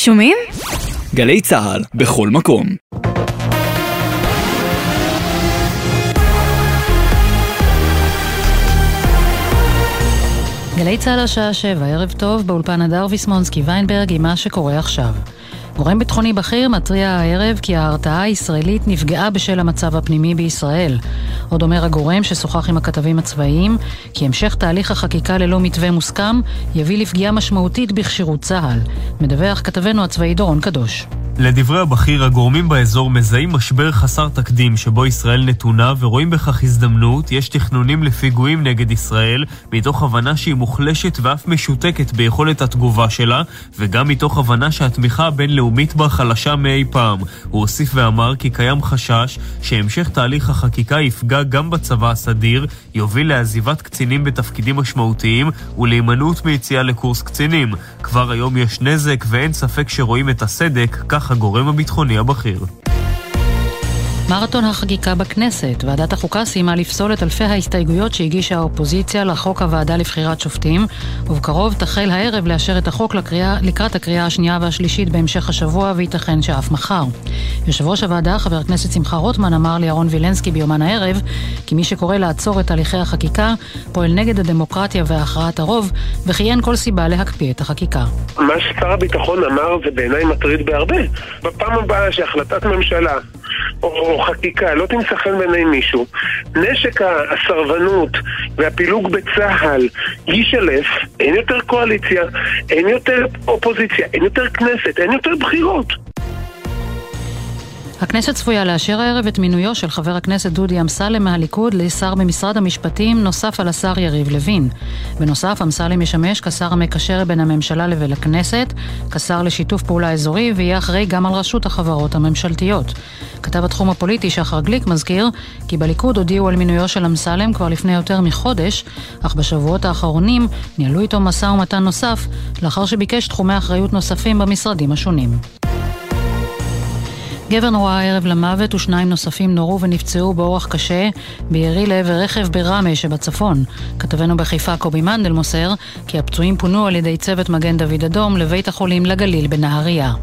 שומעים? גלי צהל בכל מקום. גלי צהל השעה 7, ערב טוב, באולפן הדר ויסמונסקי ויינברג עם מה שקורה עכשיו. גורם ביטחוני בכיר מטריע הערב כי ההרתעה הישראלית נפגעה בשל המצב הפנימי בישראל. עוד אומר הגורם ששוחח עם הכתבים הצבאיים כי המשך תהליך החקיקה ללא מתווה מוסכם יביא לפגיעה משמעותית בכשירות צה"ל. מדווח כתבנו הצבאי דורון קדוש. לדברי הבכיר, הגורמים באזור מזהים משבר חסר תקדים שבו ישראל נתונה ורואים בכך הזדמנות. יש תכנונים לפיגועים נגד ישראל מתוך הבנה שהיא מוחלשת ואף משותקת ביכולת התגובה שלה, וגם מתוך הבנה שהתמיכה הבינלאומית בה חלשה מאי פעם. הוא הוסיף ואמר כי קיים חשש שהמשך תהליך החקיקה יפגע גם בצבא הסדיר, יוביל לעזיבת קצינים בתפקידים משמעותיים ולהימנעות מיציאה לקורס קצינים. כבר היום יש נזק ואין ספק שרואים את הסדק, כך הגורם הביטחוני הבכיר. מרתון החקיקה בכנסת. ועדת החוקה סיימה לפסול את אלפי ההסתייגויות שהגישה האופוזיציה לחוק הוועדה לבחירת שופטים, ובקרוב תחל הערב לאשר את החוק לקראת הקריאה השנייה והשלישית בהמשך השבוע, וייתכן שאף מחר. יושב ראש הוועדה, חבר הכנסת שמחה רוטמן, אמר לירון וילנסקי ביומן הערב כי מי שקורא לעצור את הליכי החקיקה פועל נגד הדמוקרטיה והכרעת הרוב, וכי אין כל סיבה להקפיא את החקיקה. מה ששר הביטחון אמר זה בעיניי מטריד בהרבה. בפעם הבאה שהחלטת ממשלה או חקיקה לא תמצחן בעיני מישהו, נשק הסרבנות והפילוג בצהל יישלף, אין יותר קואליציה, אין יותר אופוזיציה, אין יותר כנסת, אין יותר בחירות. הכנסת צפויה לאשר הערב את מינויו של חבר הכנסת דודי אמסלם מהליכוד לשר במשרד המשפטים נוסף על השר יריב לוין. בנוסף, אמסלם ישמש כשר המקשר בין הממשלה לבין הכנסת, כשר לשיתוף פעולה אזורי, ויהיה אחראי גם על רשות החברות הממשלתיות. כתב התחום הפוליטי שחר גליק מזכיר כי בליכוד הודיעו על מינויו של אמסלם כבר לפני יותר מחודש, אך בשבועות האחרונים ניהלו איתו משא ומתן נוסף לאחר שביקש תחומי אחריות נוספים במשרדים השונים. גבר נורה הערב למוות ושניים נוספים נורו ונפצעו באורח קשה בירי לעבר רכב ברמה שבצפון. כתבנו בחיפה קובי מנדל מוסר כי הפצועים פונו על ידי צוות מגן דוד אדום לבית החולים לגליל בנהריה.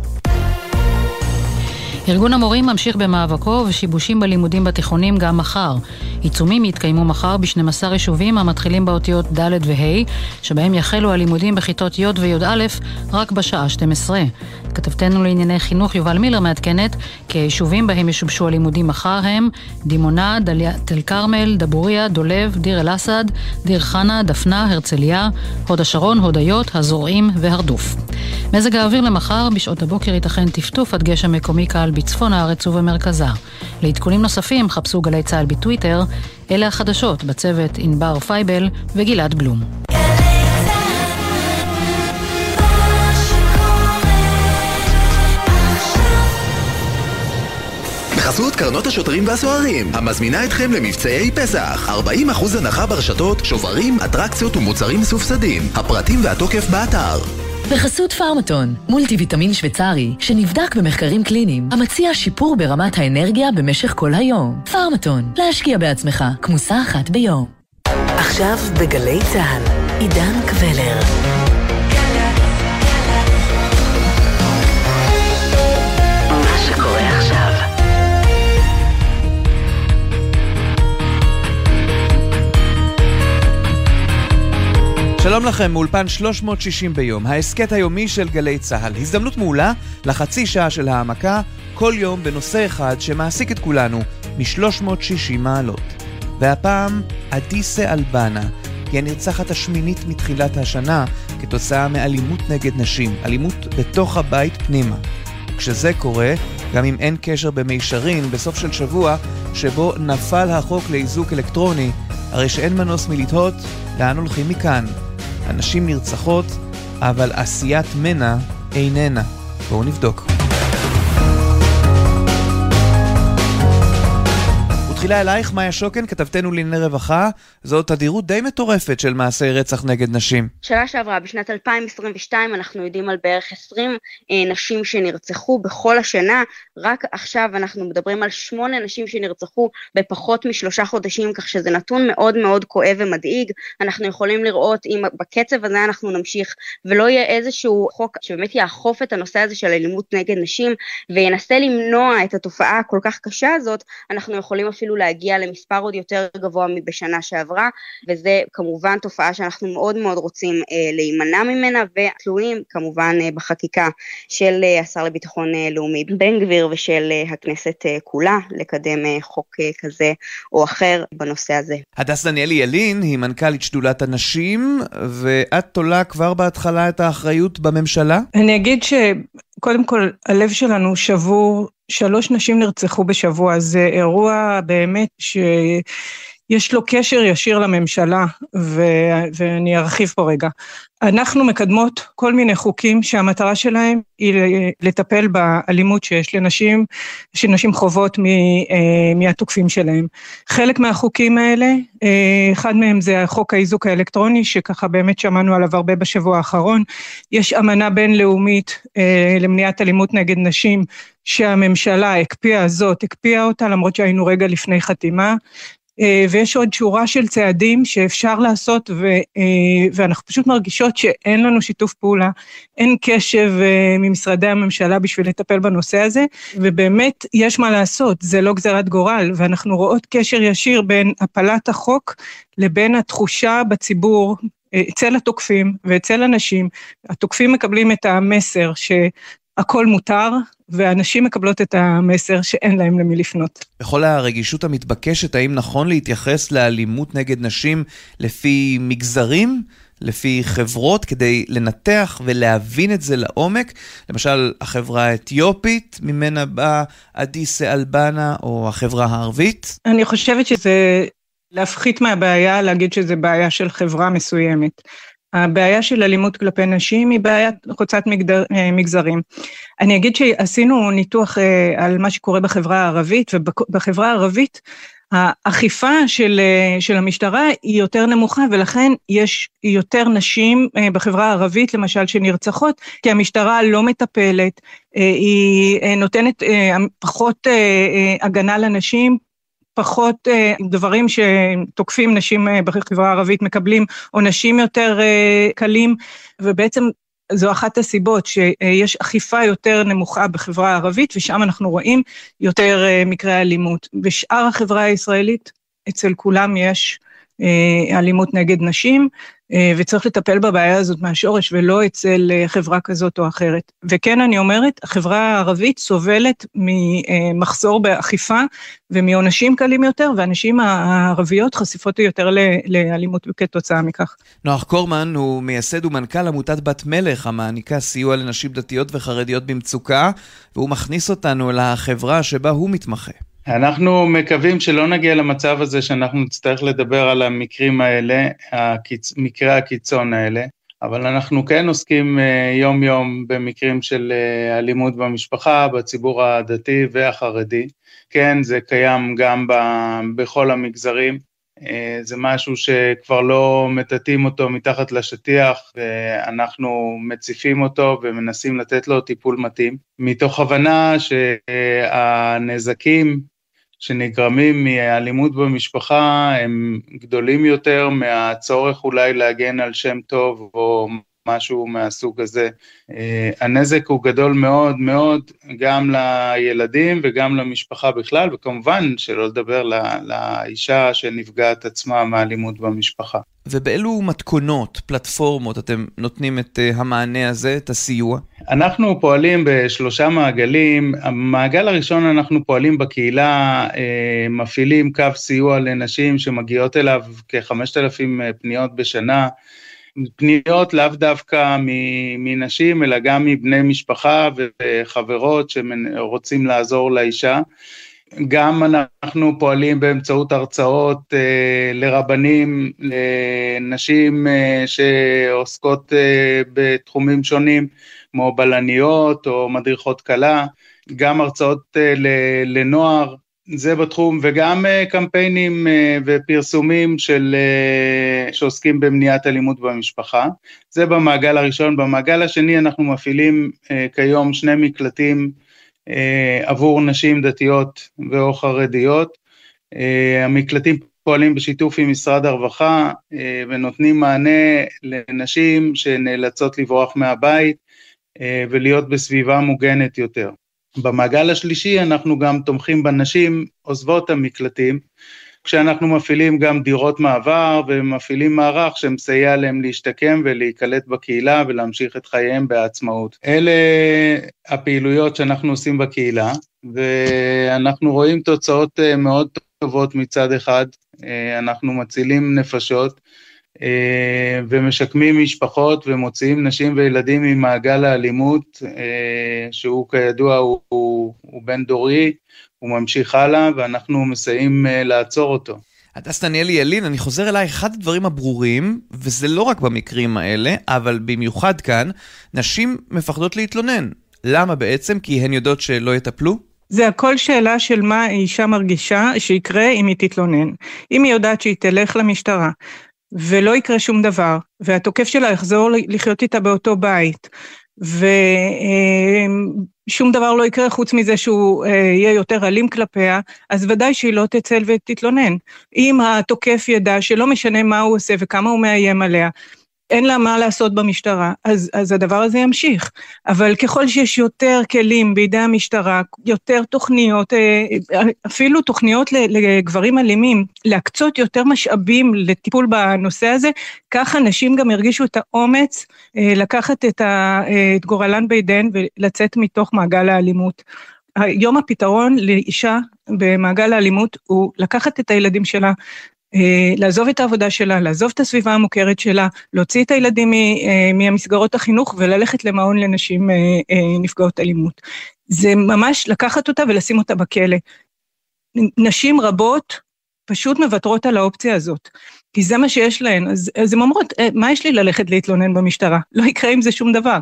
ארגון המורים ממשיך במאבקו ושיבושים בלימודים בתיכונים גם מחר. עיצומים יתקיימו מחר ב12 יישובים המתחילים באותיות ד' וה', שבהם יחלו הלימודים בכיתות י' וי"א רק בשעה 12. כתבתנו לענייני חינוך יובל מילר מעדכנת כי היישובים בהם ישובשו הלימודים מחר הם דימונה, תל כרמל, דבוריה, דולב, דיר אל אסד, דיר חנה, דפנה, הרצליה, הוד השרון, הודיות, הזורעים והרדוף. מזג האוויר למחר בשעות הבוקר ייתכן טפטוף עד גשם מקומי קל בצפון הארץ ובמרכזה. לעדכונים נוספים חפשו גלי צהל בטוויטר. אלה החדשות בצוות ענבר פייבל וגלעד בלום. בחסות קרנות השוטרים והסוהרים, המזמינה אתכם למבצעי פסח. 40% הנחה ברשתות, שוברים, אטרקציות ומוצרים סופסדים. הפרטים והתוקף באתר. בחסות פארמטון, מולטי ויטמין שוויצרי, שנבדק במחקרים קליניים, המציע שיפור ברמת האנרגיה במשך כל היום. פארמטון, להשקיע בעצמך, כמוסה אחת ביום. עכשיו בגלי צהל, עידן קבלר. מה שקורה עכשיו. שלום לכם, מאולפן 360 ביום, העסקת היומי של גלי צהל. הזדמנות מעולה לחצי שעה של העמקה, כל יום בנושא אחד שמעסיק את כולנו, מ-360 מעלות. והפעם, אדיסה אלבנה, היא הנרצחת השמינית מתחילת השנה, כתוצאה מאלימות נגד נשים, אלימות בתוך הבית פנימה. כשזה קורה, גם אם אין קשר במישרין, בסוף של שבוע, שבו נפל החוק לאיזוק אלקטרוני, הרי שאין מנוס מלתהות לאן הולכים מכאן. הנשים נרצחות, אבל עשיית מנע איננה. בואו נבדוק. תחילה אלייך, מאיה שוקן, כתבתנו לענייני רווחה, זו תדירות די מטורפת של מעשי רצח נגד נשים. שנה שעברה, בשנת 2022, אנחנו יודעים על בערך 20 נשים שנרצחו בכל השנה, רק עכשיו אנחנו מדברים על 8 נשים שנרצחו בפחות מ3 חודשים, כך שזה נתון מאוד מאוד כואב ומדאיג. אנחנו יכולים לראות אם בקצב הזה אנחנו נמשיך, ולא יהיה איזשהו חוק שבאמת יאכוף את הנושא הזה של אלימות נגד נשים, וינסה למנוע את התופעה הכל כך קשה הזאת, אנחנו יכולים אפילו להגיע למספר עוד יותר גבוה מבשנה שעברה, וזה כמובן תופעה שאנחנו מאוד מאוד רוצים להימנע ממנה, ותלויים כמובן בחקיקה של השר לביטחון לאומי בן גביר ושל הכנסת כולה, לקדם חוק כזה או אחר בנושא הזה. הדס דניאלי ילין היא מנכ"לית שדולת הנשים, ואת תולה כבר בהתחלה את האחריות בממשלה? אני אגיד שקודם כל הלב שלנו שבור, 3 נשים נרצחו בשבוע, זה אירוע באמת שיש לו קשר ישיר לממשלה, ואני ארחיב פה רגע. אנחנו מקדמות כל מיני חוקים שהמטרה שלהם היא לטפל באלימות שיש לנשים, שנשים חוות מהתוקפים שלהם. חלק מהחוקים האלה, אחד מהם זה החוק האיזוק האלקטרוני, שככה באמת שמענו עליו הרבה בשבוע האחרון. יש אמנה בינלאומית למניעת אלימות נגד נשים, שהממשלה הקפיאה אותה, למרות שהיינו רגע לפני חתימה, ויש עוד שורה של צעדים שאפשר לעשות, ואנחנו פשוט מרגישות שאין לנו שיתוף פעולה, אין קשב ממשרדי הממשלה בשביל לטפל בנושא הזה, ובאמת יש מה לעשות, זה לא גזרת גורל, ואנחנו רואות קשר ישיר בין הפלת החוק לבין התחושה בציבור, אצל התוקפים ואצל אנשים. התוקפים מקבלים את המסר שהכל מותר, ואנשים מקבלות את המסר שאין להם למי לפנות. בכל הרגישות המתבקשת, האם נכון להתייחס לאלימות נגד נשים לפי מגזרים, לפי חברות, כדי לנתח ולהבין את זה לעומק? למשל, החברה האתיופית, ממנה באה אדיס אלבנה, או החברה הערבית? אני חושבת שזה להפחית מהבעיה, להגיד שזה בעיה של חברה מסוימת. הבעיה של אלימות כלפי נשים היא בעיה חוצת מגזרים. אני אגיד שעשינו ניתוח על מה שקורה בחברה הערבית, ובחברה הערבית האכיפה של המשטרה היא יותר נמוכה, ולכן יש יותר נשים בחברה הערבית, למשל, שנרצחות, כי המשטרה לא מטפלת, היא נותנת פחות הגנה לנשים, פחות דברים שתוקפים נשים בחברה הערבית מקבלים עונשים יותר קלים, ובעצם זו אחת הסיבות שיש אכיפה יותר נמוכה בחברה הערבית, ושם אנחנו רואים יותר מקרי אלימות. בשאר החברה הישראלית, אצל כולם יש אלימות נגד נשים, וצריך לטפל בבעיה הזאת מהשורש, ולא אצל חברה כזאת או אחרת. וכן, אני אומרת, החברה הערבית סובלת ממחסור באכיפה, ומעונשים קלים יותר, והנשים הערביות חשיפות יותר לאלימות כתוצאה מכך. נוח קורמן הוא מייסד ומנכ"ל עמותת בת מלך, המעניקה סיוע לנשים דתיות וחרדיות במצוקה, והוא מכניס אותנו לחברה שבה הוא מתמחה. אנחנו מקווים שלא נגיע למצב הזה שאנחנו נצטרך לדבר על המקרים האלה, מקרי הקיצון האלה, אבל אנחנו כן עוסקים יום יום במקרים של אלימות במשפחה, בציבור הדתי והחרדי. כן, זה קיים גם בכל המגזרים, זה משהו שכבר לא מטאטאים אותו מתחת לשטיח, ואנחנו מציפים אותו ומנסים לתת לו טיפול מתאים, מתוך הבנה שהנזקים שנגרמים מאלימות במשפחה הם גדולים יותר מהצורך אולי להגן על שם טוב או משהו מהסוג הזה. הנזק הוא גדול מאוד מאוד, גם לילדים וגם למשפחה בכלל, וכמובן שלא לדבר לאישה שנפגעת עצמה מאלימות במשפחה. ובאילו מתכונות, פלטפורמות, אתם נותנים את המענה הזה, את הסיוע? אנחנו פועלים ב3 מעגלים. המעגל הראשון, אנחנו פועלים בקהילה, מפעילים קו סיוע לנשים שמגיעות אליו כ5,000 פניות בשנה, פניות לאו דווקא מנשים, אלא גם מבני משפחה וחברות שרוצים לעזור לאישה. גם אנחנו פועלים באמצעות הרצאות לרבנים, לנשים שעוסקות בתחומים שונים, כמו בלניות או מדריכות קלה, גם הרצאות לנוער, זה בתחום, וגם קמפיינים ופרסומים שעוסקים במניעת אלימות במשפחה. זה במעגל הראשון. במעגל השני אנחנו מפעילים כיום 2 מקלטים עבור נשים דתיות ואו חרדיות. המקלטים פועלים בשיתוף עם משרד הרווחה, ונותנים מענה לנשים שנאלצות לברוח מהבית, ולהיות בסביבה מוגנת יותר. במעגל השלישי אנחנו גם תומכים בנשים עוזבות המקלטים, כשאנחנו מפעילים גם דירות מעבר, ומפעילים מערך שמסייע להם להשתקם ולהיקלט בקהילה, ולהמשיך את חייהם בעצמאות. אלה הפעילויות שאנחנו עושים בקהילה, ואנחנו רואים תוצאות מאוד טובות מצד אחד, אנחנו מצילים נפשות, ומשקמים משפחות ומוציאים נשים וילדים ממעגל האלימות, שהוא כידוע הוא בן דורי, הוא ממשיך הלאה ואנחנו מסייעים לעצור אותו. הדס דניאלי ילין, אני חוזר אליי, אחד הדברים הברורים, וזה לא רק במקרים האלה, אבל במיוחד כאן, נשים מפחדות להתלונן. למה בעצם? כי הן יודעות שלא יטפלו? זה הכל שאלה של מה האישה מרגישה שיקרה אם היא תתלונן. אם היא יודעת שהיא תלך למשטרה, ולא יקרה שום דבר, והתוקף שלה יחזור לחיות איתה באותו בית, ושום דבר לא יקרה חוץ מזה שהוא יהיה יותר אלים כלפיה, אז ודאי שהיא לא תצל ותתלונן. אם התוקף ידע שלא משנה מה הוא עושה וכמה הוא מאיים עליה, אין לה מה לעשות במשטרה, אז הדבר הזה ימשיך. אבל ככל שיש יותר כלים בידי המשטרה, יותר תוכניות, אפילו תוכניות לגברים אלימים, להקצות יותר משאבים לטיפול בנושא הזה, ככה נשים גם הרגישו את האומץ לקחת את גורלן בידיהן ולצאת מתוך מעגל האלימות. היום הפתרון לאישה במעגל האלימות הוא לקחת את הילדים שלה, לעזוב את העבודה שלה, לעזוב את הסביבה המוכרת שלה, להוציא את הילדים מהמסגרות החינוך וללכת למעון לנשים נפגעות אלימות. זה ממש לקחת אותה ולשים אותה בכלא. נשים רבות פשוט מוותרות על האופציה הזאת, כי זה מה שיש להן. אז הן אומרות, מה יש לי ללכת להתלונן במשטרה? לא יקרה עם זה שום דבר.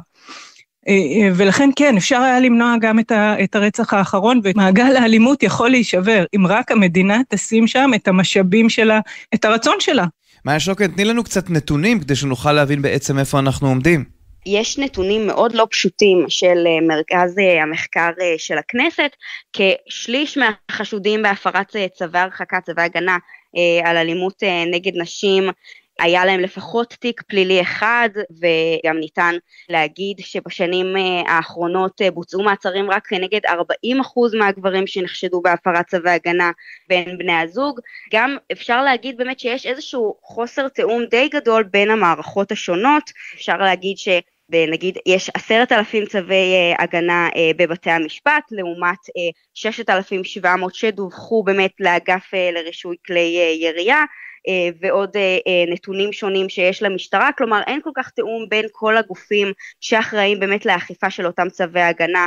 ולכן כן, אפשר היה למנוע גם את הרצח האחרון, ומעגל האלימות יכול להישבר, אם רק המדינה תשים שם את המשאבים שלה, את הרצון שלה. מאיה שוקן, תני לנו קצת נתונים, כדי שנוכל להבין בעצם איפה אנחנו עומדים. יש נתונים מאוד לא פשוטים של מרכז המחקר של הכנסת, כשליש מהחשודים בהפרת צווי הרחקה, צווי הגנה על אלימות נגד נשים, היה להם לפחות תיק פלילי אחד, וגם ניתן להגיד שבשנים האחרונות בוצעו מעצרים רק נגד 40% מהגברים שנחשדו בהפרת צווי הגנה בין בני הזוג. גם אפשר להגיד באמת שיש איזשהו חוסר תאום די גדול בין המערכות השונות. אפשר להגיד נגיד יש 10,000 צווי הגנה בבתי המשפט, לעומת 6,700 שדווחו באמת לאגף לרישוי כלי ירייה, ועוד נתונים שונים שיש למשטרה. כלומר אין כל כך תאום בין כל הגופים שאחראים באמת לאכיפה של אותם צווי הגנה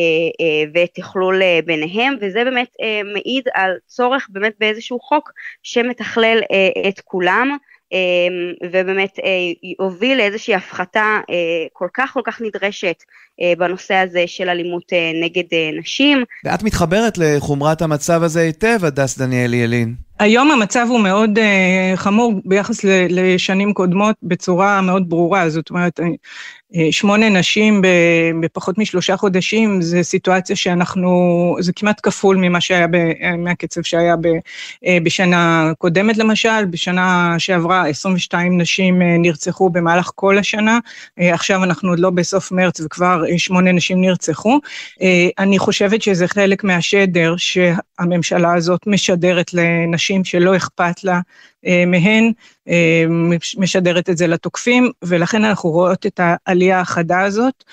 ותכלול ביניהם, וזה באמת מעיד על צורך באמת באיזשהו חוק שמתכלל את כולם, ובאמת יוביל לאיזושהי הפחתה כל כך נדרשת בנושא הזה של אלימות נגד נשים. ואת מתחברת לחומרת המצב הזה היטב, הדס דניאלי ילין. היום המצב הוא מאוד חמור ביחס לשנים קודמות בצורה מאוד ברורה, זאת אומרת 8 נשים בפחות מ3 חודשים, זה סיטואציה זה כמעט כפול מהקצב שהיה בשנה קודמת למשל. בשנה שעברה 22 נשים נרצחו במהלך כל השנה, עכשיו אנחנו עוד לא בסוף מרץ וכבר 8 נשים נרצחו. אני חושבת שזה חלק מהשדר שהממשלה הזאת משדרת לנשים שלא אכפת לה מהן, משדרת את זה לתוקפים, ולכן אנחנו רואות את העלייה החדה הזאת.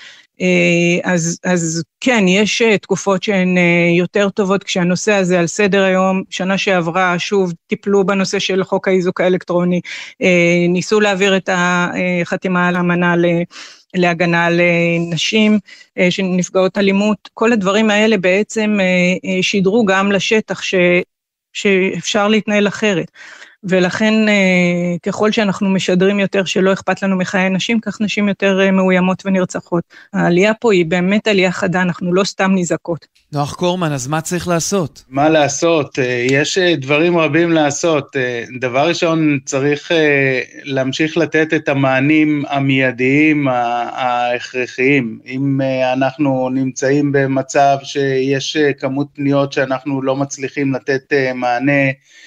אז כן, יש תקופות שהן יותר טובות כשהנושא הזה על סדר היום. שנה שעברה שוב טיפלו בנושא של חוק האיזוק האלקטרוני, ניסו להעביר את החתימה על האמנה להגנה על נשים שנפגעות אלימות. כל הדברים האלה בעצם שידרו גם לשטח שאפשר להתנהל אחרת. ולכן ככל שאנחנו משדרים יותר שלא אכפת לנו מחיי נשים, כך נשים יותר מאוימות ונרצחות. העלייה פה היא באמת עלייה חדה, אנחנו לא סתם נזעקות. נוח קורמן, אז מה צריך לעשות? מה לעשות? יש דברים רבים לעשות. דבר ראשון, צריך להמשיך לתת את המענים המיידיים ההכרחיים. אם אנחנו נמצאים במצב שיש כמות פניות שאנחנו לא מצליחים לתת מענה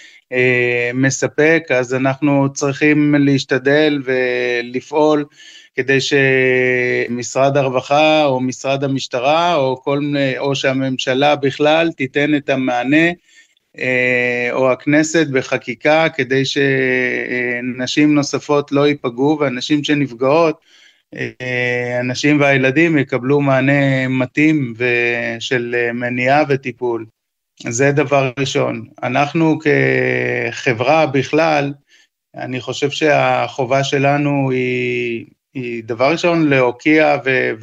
מספק, אז אנחנו צריכים להשתדל ולפעול כדי שמשרד הרווחה או משרד המשטרה או שהממשלה בכלל תיתן את המענה, או הכנסת בחקיקה, כדי שנשים נוספות לא ייפגעו, ואנשים שנפגעות, אנשים והילדים יקבלו מענה מתאים של מניעה וטיפול. זה דבר ראשון. אנחנו כחברה בכלל, אני חושב שהחובה שלנו היא דבר ראשון להוקיע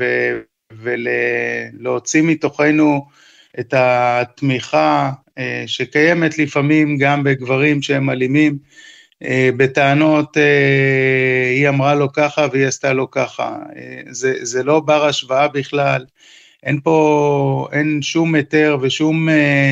ולהוציא מתוכנו את התמיכה שקיימת לפעמים גם בגברים שהם אלימים, בטענות היא אמרה לו ככה והיא עשתה לו ככה. זה לא בר השוואה בכלל. אין שום היתר ושום,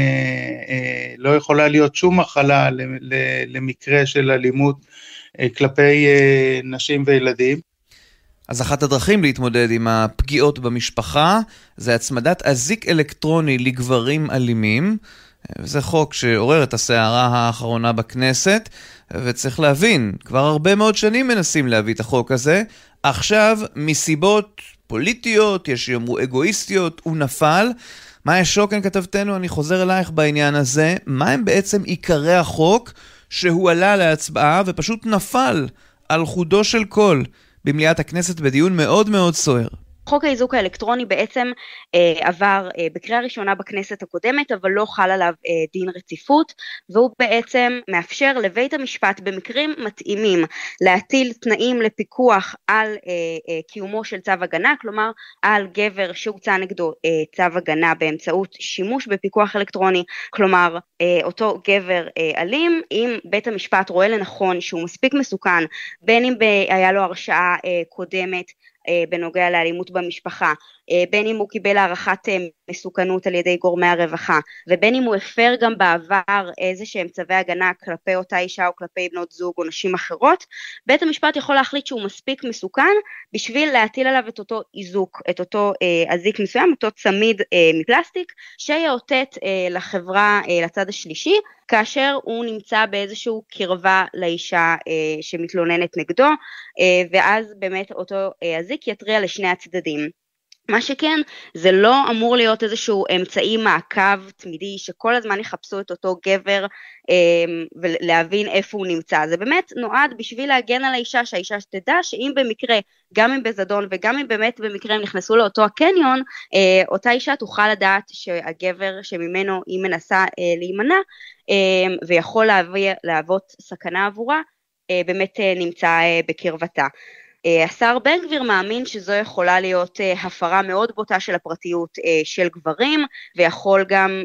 לא יכולה להיות שום מחלה למקרה של אלימות כלפי נשים וילדים. אז אחת הדרכים להתמודד עם הפגיעות במשפחה זה הצמדת אזיק אלקטרוני לגברים אלימים, וזה חוק שעורר את הסערה האחרונה בכנסת, וצריך להבין, כבר הרבה מאוד שנים מנסים להביא את החוק הזה, עכשיו מסיבות פוליטיות, יש שיאמרו אגואיסטיות, הוא נפל. מאיה שוקן כתבתנו, אני חוזר אלייך בעניין הזה, מה הם בעצם עיקרי החוק שהוא עלה להצבעה ופשוט נפל על חודו של קול במליאת הכנסת בדיון מאוד מאוד סוער? חוק האיזוק האלקטרוני בעצם עבר בקריאה ראשונה בכנסת הקודמת, אבל לא חל עליו דין רציפות, והוא בעצם מאפשר לבית המשפט במקרים מתאימים להטיל תנאים לפיקוח על קיומו של צו הגנה, כלומר על גבר שהוצא נגדו צו הגנה באמצעות שימוש בפיקוח אלקטרוני, כלומר אותו גבר אלים, אם בית המשפט רואה לנכון שהוא מספיק מסוכן, בין אם היה לו הרשעה קודמת, בנוגע לאלימות במשפחה, בין אם הוא קיבל הערכת מסוכנות על ידי גורמי הרווחה, ובין אם הוא הפר גם בעבר איזה שהם צווי הגנה כלפי אותה אישה או כלפי בנות זוג או נשים אחרות, בית המשפט יכול להחליט שהוא מספיק מסוכן בשביל להטיל עליו את אותו איזוק, את אותו אזיק מסוים, אותו צמיד מפלסטיק, שיאותת לחברה, לצד השלישי, כאשר הוא נמצא באיזשהו קרבה לאישה שמתלוננת נגדו, ואז באמת אותו אזיק יתריע לשני הצדדים. מה שכן, זה לא אמור להיות איזשהו אמצעי מעקב תמידי, שכל הזמן יחפשו את אותו גבר ולהבין איפה הוא נמצא. זה באמת נועד בשביל להגן על האישה, שהאישה שתדע שאם במקרה, גם אם בזדון וגם אם באמת במקרה הם נכנסו לאותו הקניון, אותה אישה תוכל לדעת שהגבר שממנו היא מנסה להימנע, ויכול להוות סכנה עבורה, באמת נמצא בקרבתה. השר בן גביר מאמין שזו יכולה להיות הפרה מאוד בוטה של הפרטיות של גברים, ויכול גם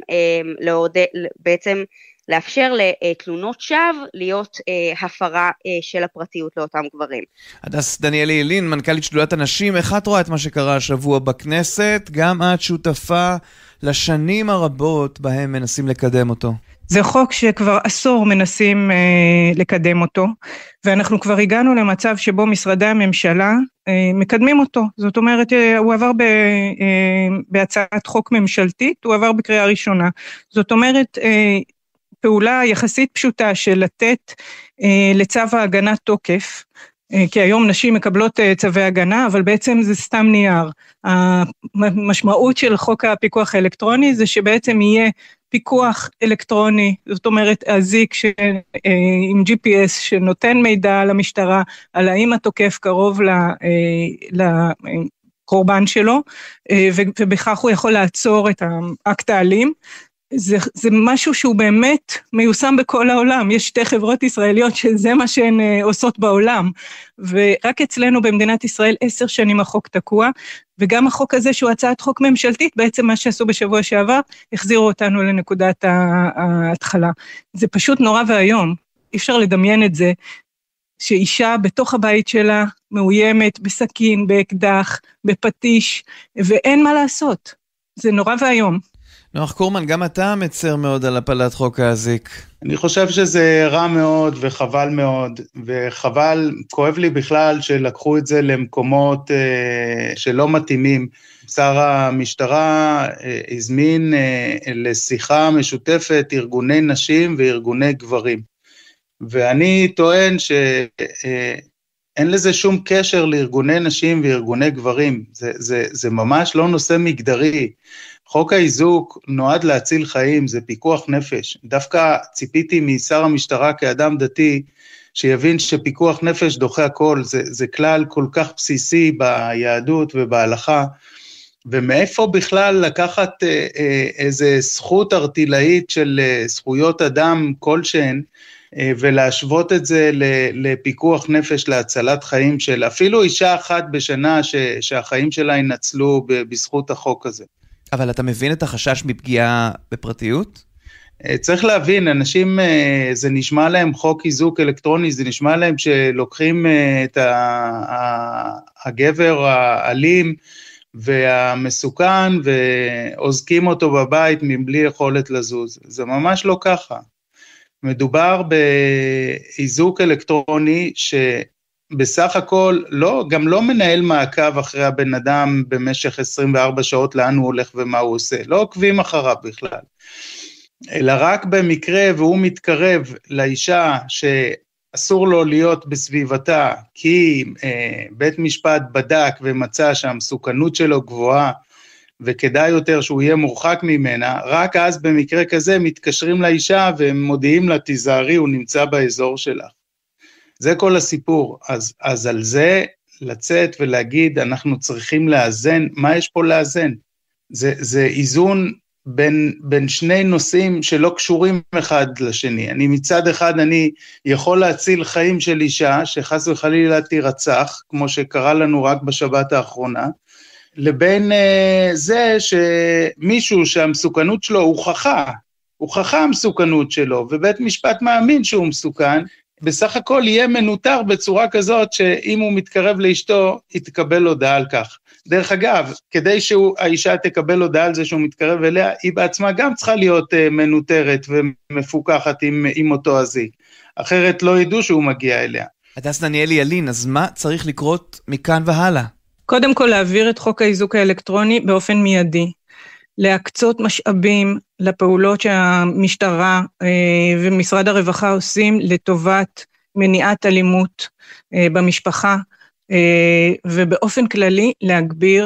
בעצם לאפשר לתלונות שווא להיות הפרה של הפרטיות לאותם גברים. הדס דניאלי ילין, מנכ"לית שדולת הנשים, איך את רואה את מה שקרה השבוע בכנסת? גם את שותפה לשנים הרבות בהם מנסים לקדם אותו. זה חוק שכבר עשור מנסים לקדם אותו, ואנחנו כבר הגענו למצב שבו משרדי הממשלה מקדמים אותו. זאת אומרת, הוא עבר בהצעת חוק ממשלתית, הוא עבר בקריאה ראשונה. זאת אומרת, פעולה יחסית פשוטה של לתת לצו ההגנה תוקף, כי היום נשים מקבלות צווי הגנה, אבל בעצם זה סתם נייר. המשמעות של חוק הפיקוח האלקטרוני זה שבעצם יהיה פיקוח אלקטרוני, זאת אומרת, אזיק עם GPS שנותן מידע למשטרה, על האם התוקף קרוב לקורבן שלו, ובכך הוא יכול לעצור את האקט האלים. זה משהו שהוא באמת מיושם בכל העולם, יש שתי חברות ישראליות שזה מה שהן עושות בעולם, ורק אצלנו במדינת ישראל 10 שנים החוק תקוע, וגם החוק הזה שהוא הצעת חוק ממשלתית, בעצם מה שעשו בשבוע שעבר, החזירו אותנו לנקודת ההתחלה. זה פשוט נורא והיום. אי אפשר לדמיין את זה, שאישה בתוך הבית שלה מאוימת בסכין, באקדח, בפטיש, ואין מה לעשות. זה נורא והיום. נוח קורמן, גם אתה מצר מאוד על הפלת חוק האזיק. אני חושב שזה רע מאוד וחבל מאוד, וחבל, כואב לי בכלל שלקחו את זה למקומות שלא מתאימים. שר המשטרה הזמין לשיחה משותפת ארגוני נשים וארגוני גברים. ואני טוען שאין לזה שום קשר לארגוני נשים וארגוני גברים. זה ממש לא נושא מגדרי. חוק האיזוק נועד להציל חיים, זה פיקוח נפש. דווקא ציפיתי משר המשטרה כאדם דתי, שיבין שפיקוח נפש דוחה הכל, זה כלל כל כך בסיסי ביהדות ובהלכה, ומאיפה בכלל לקחת איזה זכות ארטילאית של זכויות אדם כלשהן, ולהשוות את זה לפיקוח נפש, להצלת חיים של אפילו אישה אחת בשנה שהחיים שלה ינצלו בזכות החוק הזה. אבל אתה מבין את החשש מפגיעה בפרטיות? צריך להבין, אנשים, זה נשמע להם חוק איזוק אלקטרוני, זה נשמע להם שלוקחים את הגבר האלים והמסוכן ועוזקים אותו בבית מבלי יכולת לזוז. זה ממש לא ככה. מדובר באיזוק אלקטרוני שבסך הכל גם לא מנהל מעקב אחרי הבן אדם במשך 24 שעות לאן הוא הולך ומה הוא עושה, לא עוקבים אחריו בכלל, אלא רק במקרה והוא מתקרב לאישה שאסור לו להיות בסביבתה, כי בית משפט בדק ומצא שהמסוכנות שלו גבוהה, וכדאי יותר שהוא יהיה מורחק ממנה, רק אז במקרה כזה מתקשרים לאישה ומודיעים לה, תיזהרי, הוא נמצא באזור שלך. זה כל הסיפור. אז על זה לצאת ולהגיד, אנחנו צריכים לאזן, מה יש פה לאזן? זה איזון בין שני נושאים שלא קשורים אחד לשני. מצד אחד אני יכול להציל חיים של אישה, שחס וחלילה תירצח, כמו שקרה לנו רק בשבת האחרונה, לבין זה שמישהו שהמסוכנות שלו הוכחה המסוכנות שלו, ובית משפט מאמין שהוא מסוכן, בסך הכל יהיה מנותר בצורה כזאת, שאם הוא מתקרב לאשתו, היא תקבל הודעה על כך. דרך אגב, כדי שהאישה תקבל הודעה על זה שהוא מתקרב אליה, היא בעצמה גם צריכה להיות מנותרת ומפוקחת עם אותו אזיק, אחרת לא ידעו שהוא מגיע אליה. הדס דניאלי ילין, אז מה צריך לקרות מכאן והלאה? קודם כל להעביר את חוק האיזוק האלקטרוני באופן מיידי, להקצות משאבים לפעולות שהמשטרה ומשרד הרווחה עושים לטובת מניעת אלימות במשפחה, ובאופן כללי להגביר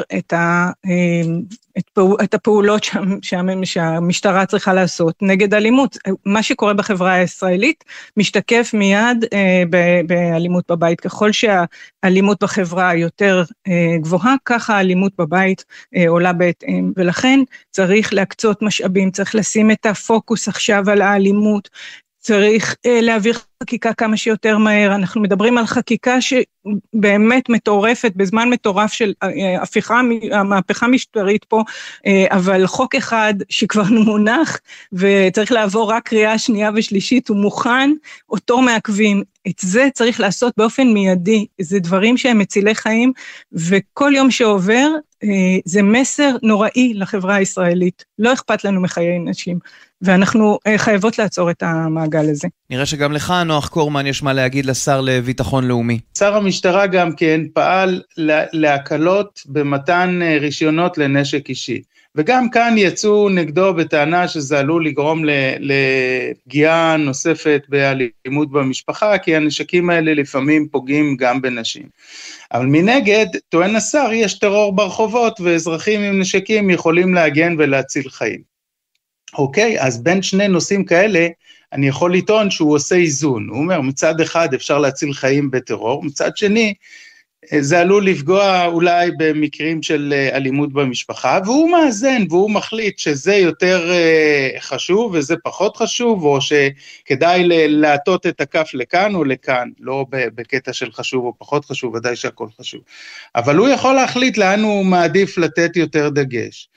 את הפעולות שהמשטרה צריכה לעשות נגד אלימות. מה שקורה בחברה הישראלית משתקף מיד באלימות בבית. ככל שהאלימות בחברה יותר גבוהה, ככה האלימות בבית עולה בהתאם, ולכן צריך להקצות משאבים, צריך לשים את הפוקוס עכשיו על האלימות, צריך להעביר חקיקה כמה שיותר מהר. אנחנו מדברים על חקיקה שבאמת מטורפת, בזמן מטורף של המהפכה משטרית פה, אבל חוק אחד שכבר מונח, וצריך לעבור רק קריאה שנייה ושלישית, הוא מוכן, אותו מעכבים. את זה צריך לעשות באופן מיידי, זה דברים שהם מצילי חיים, וכל יום שעובר, זה מסר נוראי לחברה הישראלית. לא אכפת לנו מחיי נשים, ואנחנו חייבות לעצור את המעגל הזה. נראה שגם לך, נוח קורמן, יש מה להגיד לשר לביטחון לאומי. שר המשטרה גם כן פעל להקלות במתן רישיונות לנשק אישי. וגם כאן יצאו נגדו בטענה שזה עלול לגרום לפגיעה נוספת באלימות במשפחה, כי הנשקים האלה לפעמים פוגעים גם בנשים. אבל מנגד, טוען השר, יש טרור ברחובות, ואזרחים עם נשקים יכולים להגן ולהציל חיים. אוקיי, אז בין שני נושאים כאלה, אני יכול לטעון שהוא עושה איזון. הוא אומר, מצד אחד אפשר להציל חיים בטרור, מצד שני, זה עלול לפגוע אולי במקרים של אלימות במשפחה, והוא מאזן, והוא מחליט שזה יותר חשוב, וזה פחות חשוב, או שכדאי להטות את הכף לכאן או לכאן, לא בקטע של חשוב או פחות חשוב, ודאי שהכל חשוב. אבל הוא יכול להחליט לאן הוא מעדיף לתת יותר דגש.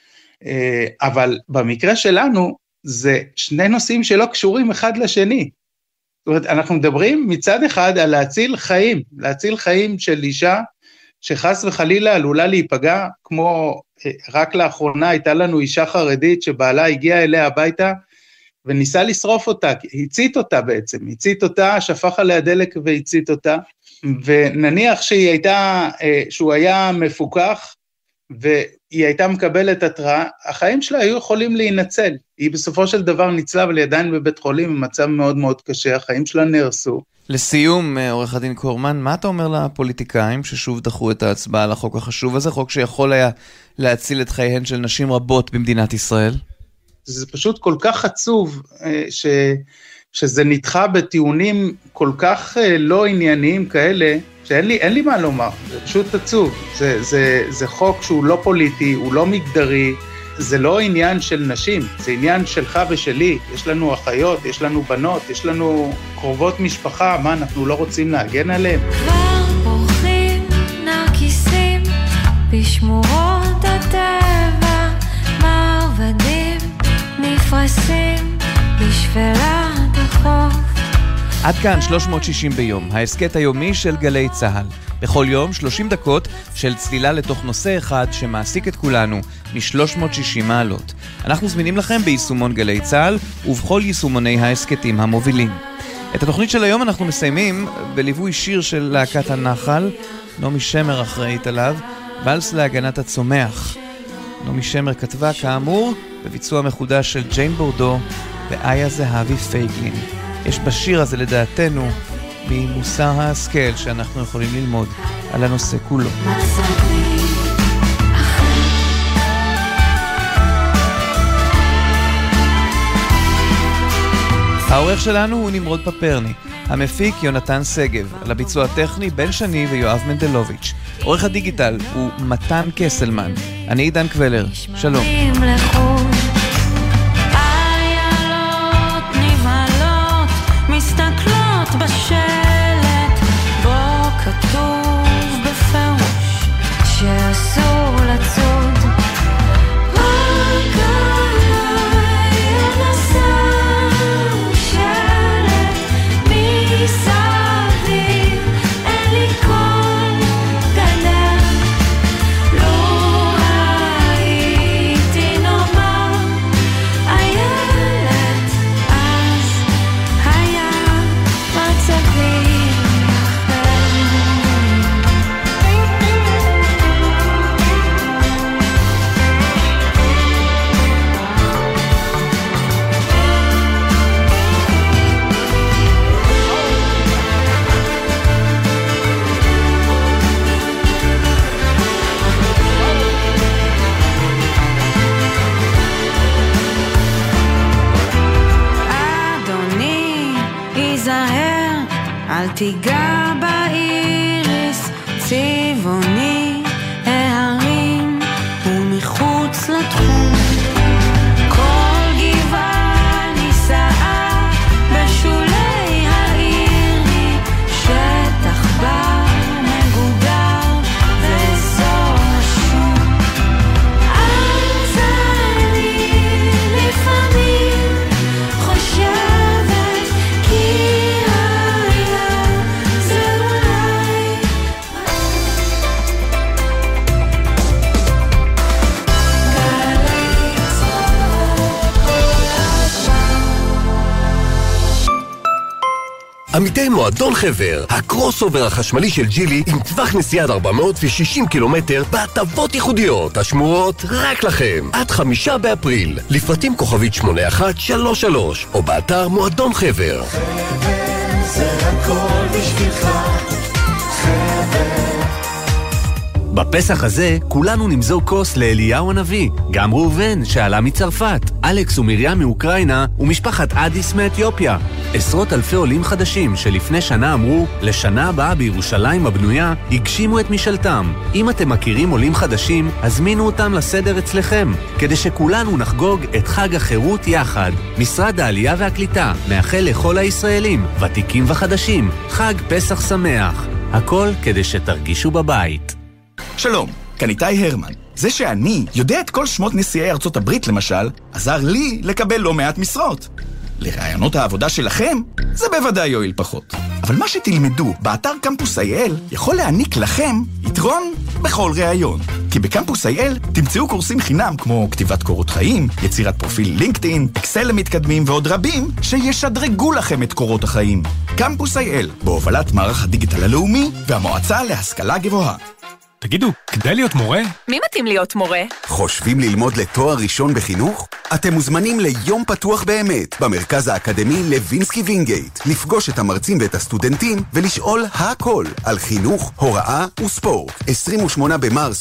אבל במקרה שלנו, זה שני נושאים שלא קשורים אחד לשני. זאת אומרת, אנחנו מדברים מצד אחד על להציל חיים של אישה, שחס וחלילה עלולה להיפגע, כמו רק לאחרונה הייתה לנו אישה חרדית, שבעלה הגיע אליה הביתה, וניסה לשרוף אותה, הצית אותה בעצם, שפך עליה דלק והצית אותה, ונניח שהוא היה מפוקח, והיא הייתה מקבלת התראה, החיים שלה היו יכולים להינצל, היא בסופו של דבר ניצלה, אבל היא עדיין בבית חולים, במצב מאוד מאוד קשה, החיים שלה נהרסו. לסיום, עורך הדין קורמן, מה אתה אומר לפוליטיקאים ששוב דחו את ההצבעה על החוק החשוב הזה, חוק שיכול היה להציל את חייהן של נשים רבות במדינת ישראל? זה פשוט כל כך עצוב שזה נדחה בטיעונים כל כך לא ענייניים כאלה, שאין לי מה לומר, זה פשוט עצוב. זה חוק שהוא לא פוליטי, הוא לא מגדרי, זה לא עניין של נשים, זה עניין שלך ושלי, יש לנו אחיות, יש לנו בנות, יש לנו קרובות משפחה, מה אנחנו לא רוצים להגן עליהם? כבר בורחים נרקיסים בשמורות הטבע, מרבדים נפרסים בשפלת החוף. עד כאן 360 ביום, ההסקט היומי של גלי צהל. בכל יום 30 דקות של צלילה לתוך נושא אחד שמעסיק את כולנו מ-360 מעלות. אנחנו זמינים לכם ביישומון גלי צהל ובכל יישומוני ההסקטים המובילים. את התוכנית של היום אנחנו מסיימים בליווי שיר של להקת הנחל, נעמי שמר אחראית עליו, ולס להגנת הצומח. נעמי שמר כתבה כאמור בביצוע מחודש של ג'יין בורדו ואיה זהבי פייגלין. יש בשיר הזה לדעתנו ממוסר ההשכל שאנחנו יכולים ללמוד על הנושא כולו. העורך שלנו הוא נמרוד פפרני, המפיק יונתן סגב, על הביצוע הטכני בן שני ויואב מנדלוביץ'. עורך הדיגיטל הוא מתן קסלמן. אני עידן קבלר, שלום. מסתכלות בשלט בו כתוב בפירוש שאסור לצוד רק עליי נסע שלט מסביב אין לי כל גדר לא הייתי נאמר איילת אז היה אל תיגע באיריס צבעוני הערים ומחוץ לתחום כל גבעה נישאה בשולי העירי שטח בר מגודר ואזור רשום אז אני לפעמים חושבת כי עמיתי מועדון חבר, הקרוס אובר החשמלי של ג'ילי עם טווח נסיעה עד 460 קילומטר בהטבות ייחודיות השמורות רק לכם עד 5 באפריל. לפרטים כוכבית 8133 או באתר מועדון חבר. חבר זה הכל בשבילך חבר. בפסח הזה כולנו נמזוג כוס לאליהו הנביא, גם ראובן שעלה מצרפת, אלכס ומרים מאוקראינה ומשפחת אדיס מאתיופיה. עשרות אלפי עולים חדשים שלפני שנה אמרו לשנה הבאה בירושלים הבנויה הגשימו את משאלתם. אם אתם מכירים עולים חדשים, הזמינו אותם לסדר אצלכם, כדי שכולנו נחגוג את חג החירות יחד. משרד העלייה והקליטה מאחל לכל הישראלים, ותיקים וחדשים, חג פסח שמח. הכל כדי שתרגישו בבית. שלום, כאן איתי הרמן. זה שאני יודע את כל שמות נשיאי ארצות הברית למשל, עזר לי לקבל לא מעט משרות. לרעיונות העבודה שלכם, זה בוודאי יועיל פחות. אבל מה שתלמדו באתר קמפוס IL יכול להעניק לכם יתרון בכל ראיון. כי בקמפוס IL תמצאו קורסים חינם כמו כתיבת קורות חיים, יצירת פרופיל לינקדאין, אקסל למתקדמים ועוד רבים שישדרגו לכם את קורות החיים. קמפוס IL, בהובלת מערך הדיגיטל הלאומי והמועצה להשכלה גבוהה. תגידו, כדאי להיות מורה? מי מתאים להיות מורה? חושבים ללמוד לתואר ראשון בחינוך? אתם מוזמנים ליום פתוח באמת במרכז האקדמי לוינסקי וינגייט. לפגוש את המרצים ואת הסטודנטים ולשאול הכל על חינוך, הוראה וספורט. 28 במרס